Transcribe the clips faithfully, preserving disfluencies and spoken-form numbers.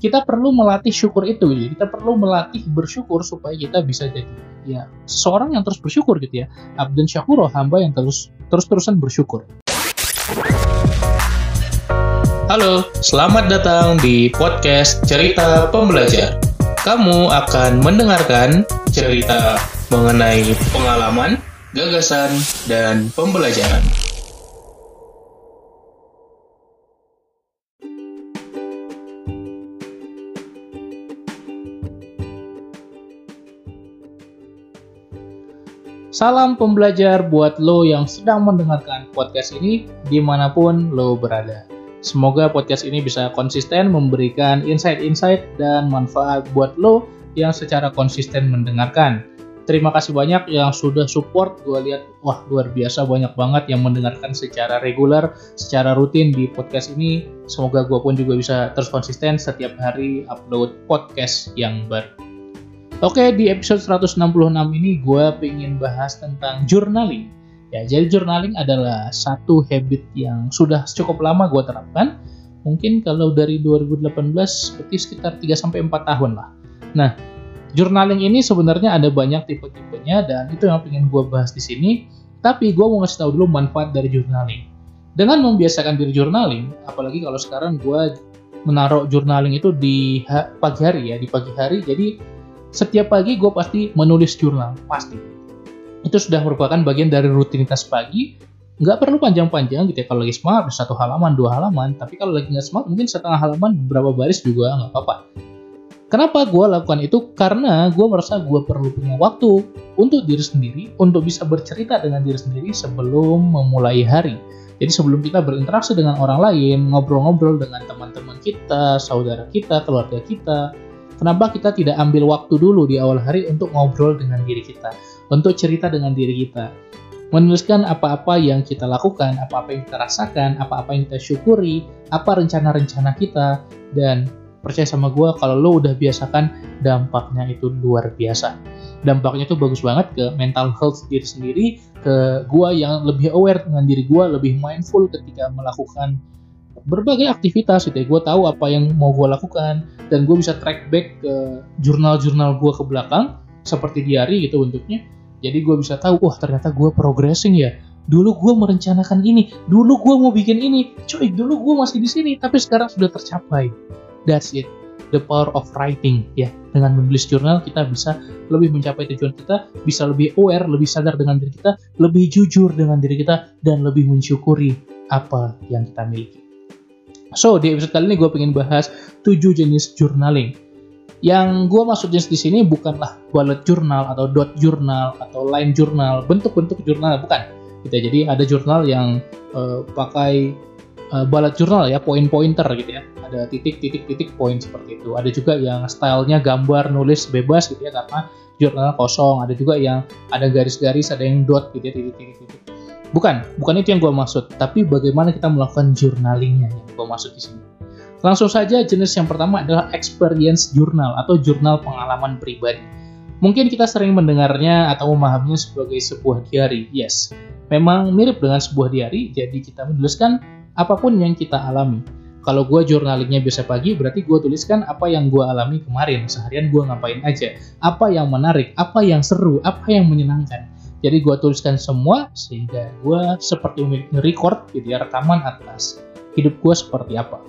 kita perlu melatih syukur itu, gitu. Kita perlu melatih bersyukur supaya kita bisa jadi ya seseorang yang terus bersyukur gitu ya. Abdan syakuro, hamba yang terus terus-terusan bersyukur. Halo, selamat datang di podcast Cerita Pembelajar. Kamu akan mendengarkan cerita mengenai pengalaman, gagasan, dan pembelajaran. Salam pembelajar buat lo yang sedang mendengarkan podcast ini dimanapun lo berada. Semoga podcast ini bisa konsisten memberikan insight-insight dan manfaat buat lo yang secara konsisten mendengarkan. Terima kasih banyak yang sudah support. Gue lihat, wah luar biasa banyak banget yang mendengarkan secara reguler, secara rutin di podcast ini. Semoga gue pun juga bisa terus konsisten setiap hari upload podcast yang baru. Oke, di episode seratus enam puluh enam ini gue pengen bahas tentang journaling. Ya, jadi journaling adalah satu habit yang sudah cukup lama gue terapkan. Mungkin kalau dari dua ribu delapan belas berarti sekitar tiga sampai empat tahun lah. Nah, journaling ini sebenarnya ada banyak tipe-tipenya dan itu yang pengen gue bahas di sini. Tapi gue mau ngasih tahu dulu manfaat dari journaling. Dengan membiasakan diri journaling, apalagi kalau sekarang gue menaruh journaling itu di ha- pagi hari ya, di pagi hari. Jadi setiap pagi gue pasti menulis jurnal, pasti. Itu sudah merupakan bagian dari rutinitas pagi. Nggak perlu panjang-panjang gitu ya. Kalau lagi semangat, satu halaman, dua halaman. Tapi kalau lagi nggak semangat, mungkin setengah halaman, beberapa baris juga nggak apa-apa. Kenapa gue lakukan itu? Karena gue merasa gue perlu punya waktu untuk diri sendiri, untuk bisa bercerita dengan diri sendiri sebelum memulai hari. Jadi sebelum kita berinteraksi dengan orang lain, ngobrol-ngobrol dengan teman-teman kita, saudara kita, keluarga kita, kenapa kita tidak ambil waktu dulu di awal hari untuk ngobrol dengan diri kita, untuk cerita dengan diri kita, menuliskan apa-apa yang kita lakukan, apa-apa yang kita rasakan, apa-apa yang kita syukuri, apa rencana-rencana kita, dan percaya sama gue kalau lo udah biasakan, dampaknya itu luar biasa. Dampaknya itu bagus banget ke mental health diri sendiri, ke gue yang lebih aware dengan diri gue, lebih mindful ketika melakukan berbagai aktivitas gitu ya. Gue tahu apa yang mau gue lakukan dan gue bisa track back ke jurnal-jurnal gue ke belakang seperti diary gitu bentuknya. Jadi gue bisa tahu, wah ternyata gue progressing ya. Dulu gue merencanakan ini, dulu gue mau bikin ini, coy dulu gue masih di sini tapi sekarang sudah tercapai. That's it, the power of writing ya. Dengan menulis jurnal kita bisa lebih mencapai tujuan kita, bisa lebih aware, lebih sadar dengan diri kita, lebih jujur dengan diri kita, dan lebih mensyukuri apa yang kita miliki. So, di episode kali ini gue pengen bahas tujuh jenis journaling. Yang gue maksud jenis di sini bukanlah bullet journal atau dot journal atau line journal, bentuk-bentuk jurnal, bukan. Gitu ya. Jadi ada jurnal yang uh, pakai uh, bullet journal ya, point-pointer gitu ya. Ada titik-titik-titik poin seperti itu. Ada juga yang stylenya gambar, nulis bebas gitu ya, karena jurnal kosong. Ada juga yang ada garis-garis, ada yang dot gitu ya, titik-titik-titik. Bukan, bukan itu yang gue maksud, tapi bagaimana kita melakukan journalingnya yang gue maksud di sini. Langsung saja, jenis yang pertama adalah experience journal atau jurnal pengalaman pribadi. Mungkin kita sering mendengarnya atau memahaminya sebagai sebuah diary. Yes, memang mirip dengan sebuah diary, jadi kita menuliskan apapun yang kita alami. Kalau gue journalingnya biasa pagi, berarti gue tuliskan apa yang gue alami kemarin, seharian gue ngapain aja, apa yang menarik, apa yang seru, apa yang menyenangkan. Jadi gue tuliskan semua sehingga gue seperti memiliki record gitu ya, rekaman atas hidup gue seperti apa.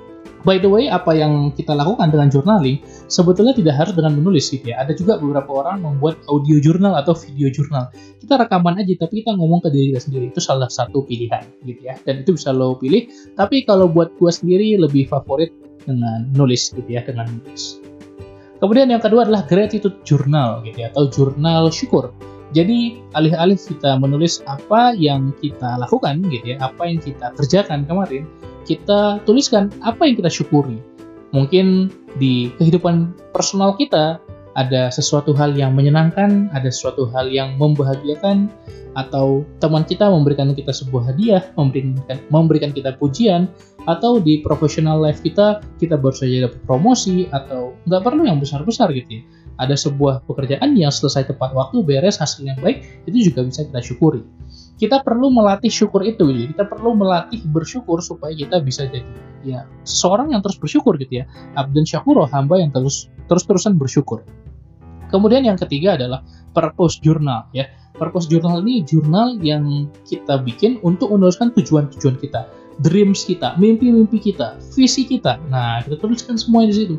By the way, apa yang kita lakukan dengan journaling sebetulnya tidak harus dengan menulis gitu ya. Ada juga beberapa orang membuat audio journal atau video journal. Kita rekaman aja tapi kita ngomong ke diri kita sendiri. Itu salah satu pilihan gitu ya. Dan itu bisa lo pilih. Tapi kalau buat gue sendiri lebih favorit dengan nulis gitu ya, dengan nulis. Kemudian yang kedua adalah gratitude journal gitu ya, atau jurnal syukur. Jadi alih-alih kita menulis apa yang kita lakukan gitu ya, apa yang kita kerjakan kemarin, kita tuliskan apa yang kita syukuri. Mungkin di kehidupan personal kita ada sesuatu hal yang menyenangkan, ada sesuatu hal yang membahagiakan, atau teman kita memberikan kita sebuah hadiah, memberikan, memberikan kita pujian, atau di professional life kita, kita baru saja dapat promosi, atau nggak perlu yang besar-besar gitu ya. Ada sebuah pekerjaan yang selesai tepat waktu, beres, hasilnya baik, itu juga bisa kita syukuri. kita perlu melatih syukur itu. Jadi kita perlu melatih bersyukur supaya kita bisa jadi ya seseorang yang terus bersyukur gitu ya. Abdan syakuro, hamba yang terus terus-terusan bersyukur. Kemudian yang ketiga adalah purpose journal ya. Purpose journal ini jurnal yang kita bikin untuk menuliskan tujuan-tujuan kita, dreams kita, mimpi-mimpi kita, visi kita. Nah, kita tuliskan semuanya di situ.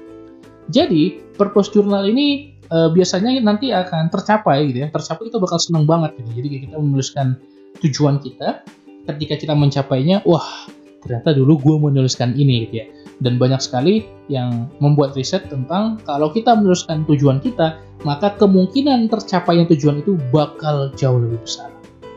Jadi, purpose journal ini e, biasanya nanti akan tercapai gitu ya. Tercapai kita bakal senang banget gitu. Jadi kita menuliskan tujuan kita, ketika kita mencapainya, wah, ternyata dulu gue menuliskan ini gitu ya. Dan banyak sekali yang membuat riset tentang kalau kita menuliskan tujuan kita, maka kemungkinan tercapainya tujuan itu bakal jauh lebih besar.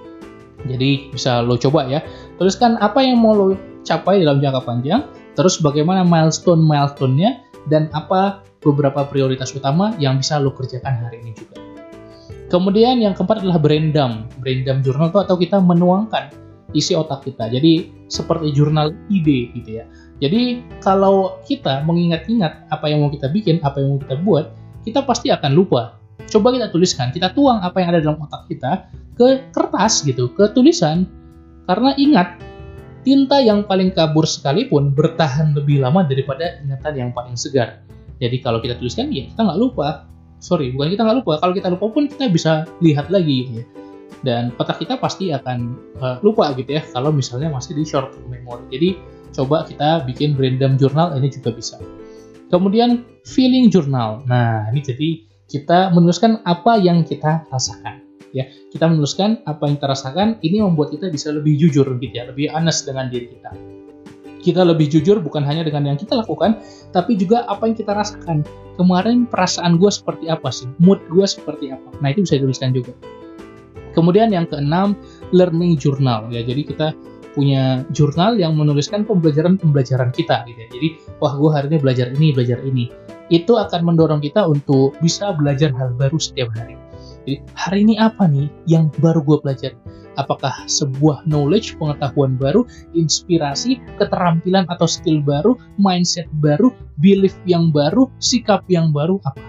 Jadi bisa lo coba ya, tuliskan apa yang mau lo capai dalam jangka panjang, terus bagaimana milestone-milestone-nya, dan apa beberapa prioritas utama yang bisa lo kerjakan hari ini juga. Kemudian yang keempat adalah brain dump. Brain dump journal itu atau kita menuangkan isi otak kita. Jadi seperti jurnal ide gitu ya. Jadi kalau kita mengingat-ingat apa yang mau kita bikin, apa yang mau kita buat, kita pasti akan lupa. Coba kita tuliskan, kita tuang apa yang ada dalam otak kita ke kertas gitu, ke tulisan. Karena ingat, tinta yang paling kabur sekalipun bertahan lebih lama daripada ingatan yang paling segar. Jadi kalau kita tuliskan, ya kita nggak lupa. Sorry, bukan kita nggak lupa. Kalau kita lupa pun kita bisa lihat lagi gitu ya. Dan otak kita pasti akan uh, lupa gitu ya, kalau misalnya masih di short term memory. Jadi coba kita bikin random journal, ini juga bisa. Kemudian feeling journal. Nah, ini jadi kita menuliskan apa yang kita rasakan. Ya, kita menuliskan apa yang kita rasakan. Ini membuat kita bisa lebih jujur gitu ya, lebih honest dengan diri kita. Kita lebih jujur bukan hanya dengan yang kita lakukan, tapi juga apa yang kita rasakan. Kemarin perasaan gue seperti apa sih? Mood gue seperti apa? Nah, itu bisa dituliskan juga. Kemudian yang keenam, learning journal. Ya, jadi kita punya jurnal yang menuliskan pembelajaran-pembelajaran kita gitu ya. Jadi, wah gue hari ini belajar ini, belajar ini. Itu akan mendorong kita untuk bisa belajar hal baru setiap hari. Jadi, hari ini apa nih yang baru gue pelajari? Apakah sebuah knowledge, pengetahuan baru, inspirasi, keterampilan atau skill baru, mindset baru, belief yang baru, sikap yang baru, apa?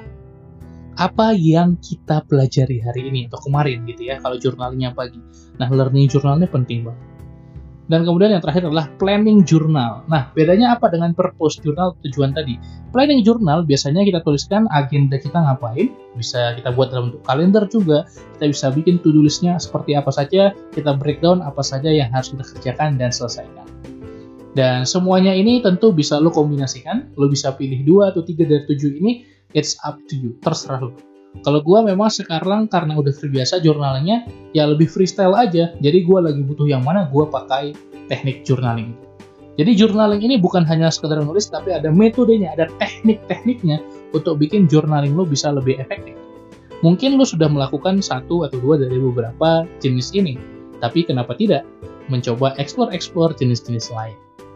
Apa yang kita pelajari hari ini atau kemarin gitu ya, kalau jurnalnya pagi. Nah, learning journalnya penting banget. Dan kemudian yang terakhir adalah planning journal. Nah, bedanya apa dengan purpose journal, tujuan tadi? Planning journal biasanya kita tuliskan agenda kita ngapain, bisa kita buat dalam bentuk kalender juga, kita bisa bikin to-do list-nya seperti apa saja, kita breakdown apa saja yang harus kita kerjakan dan selesaikan. Dan semuanya ini tentu bisa lo kombinasikan, lo bisa pilih dua atau tiga dari tujuh ini, it's up to you, terserah lo. Kalau gue memang sekarang karena udah terbiasa jurnalnya, ya lebih freestyle aja. Jadi gue lagi butuh yang mana, gue pakai teknik journaling. Jadi journaling ini bukan hanya sekedar nulis, tapi ada metodenya, ada teknik-tekniknya untuk bikin journaling lo bisa lebih efektif. Mungkin lo sudah melakukan satu atau dua dari beberapa jenis ini, tapi kenapa tidak mencoba explore-explore jenis-jenis lain.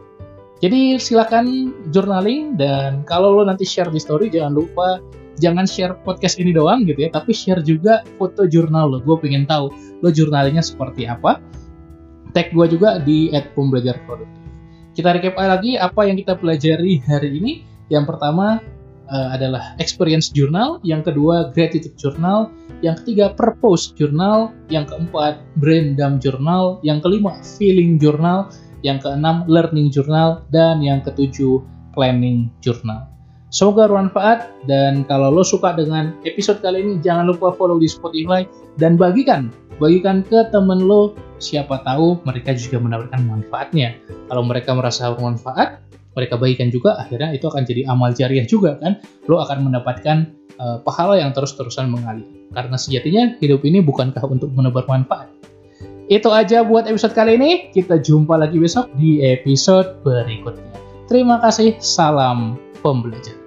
Jadi silakan journaling, dan kalau lo nanti share di story, jangan lupa jangan share podcast ini doang gitu ya, tapi share juga foto jurnal lo. Gue pengen tahu lo jurnalnya seperti apa. Tag gue juga di et pembelajar produktif. Kita recap lagi apa yang kita pelajari hari ini. Yang pertama uh, adalah experience journal, yang kedua gratitude journal, yang ketiga purpose journal, yang keempat brain dump journal, yang kelima feeling journal, yang keenam learning journal, dan yang ketujuh planning journal. Semoga bermanfaat, dan kalau lo suka dengan episode kali ini, jangan lupa follow di Spotify dan bagikan. Bagikan ke temen lo, siapa tahu mereka juga mendapatkan manfaatnya. Kalau mereka merasa bermanfaat, mereka bagikan juga, akhirnya itu akan jadi amal jariah juga kan. Lo akan mendapatkan uh, pahala yang terus-terusan mengalir. Karena sejatinya hidup ini bukankah untuk menebar manfaat. Itu aja buat episode kali ini, kita jumpa lagi besok di episode berikutnya. Terima kasih, salam pembelajar.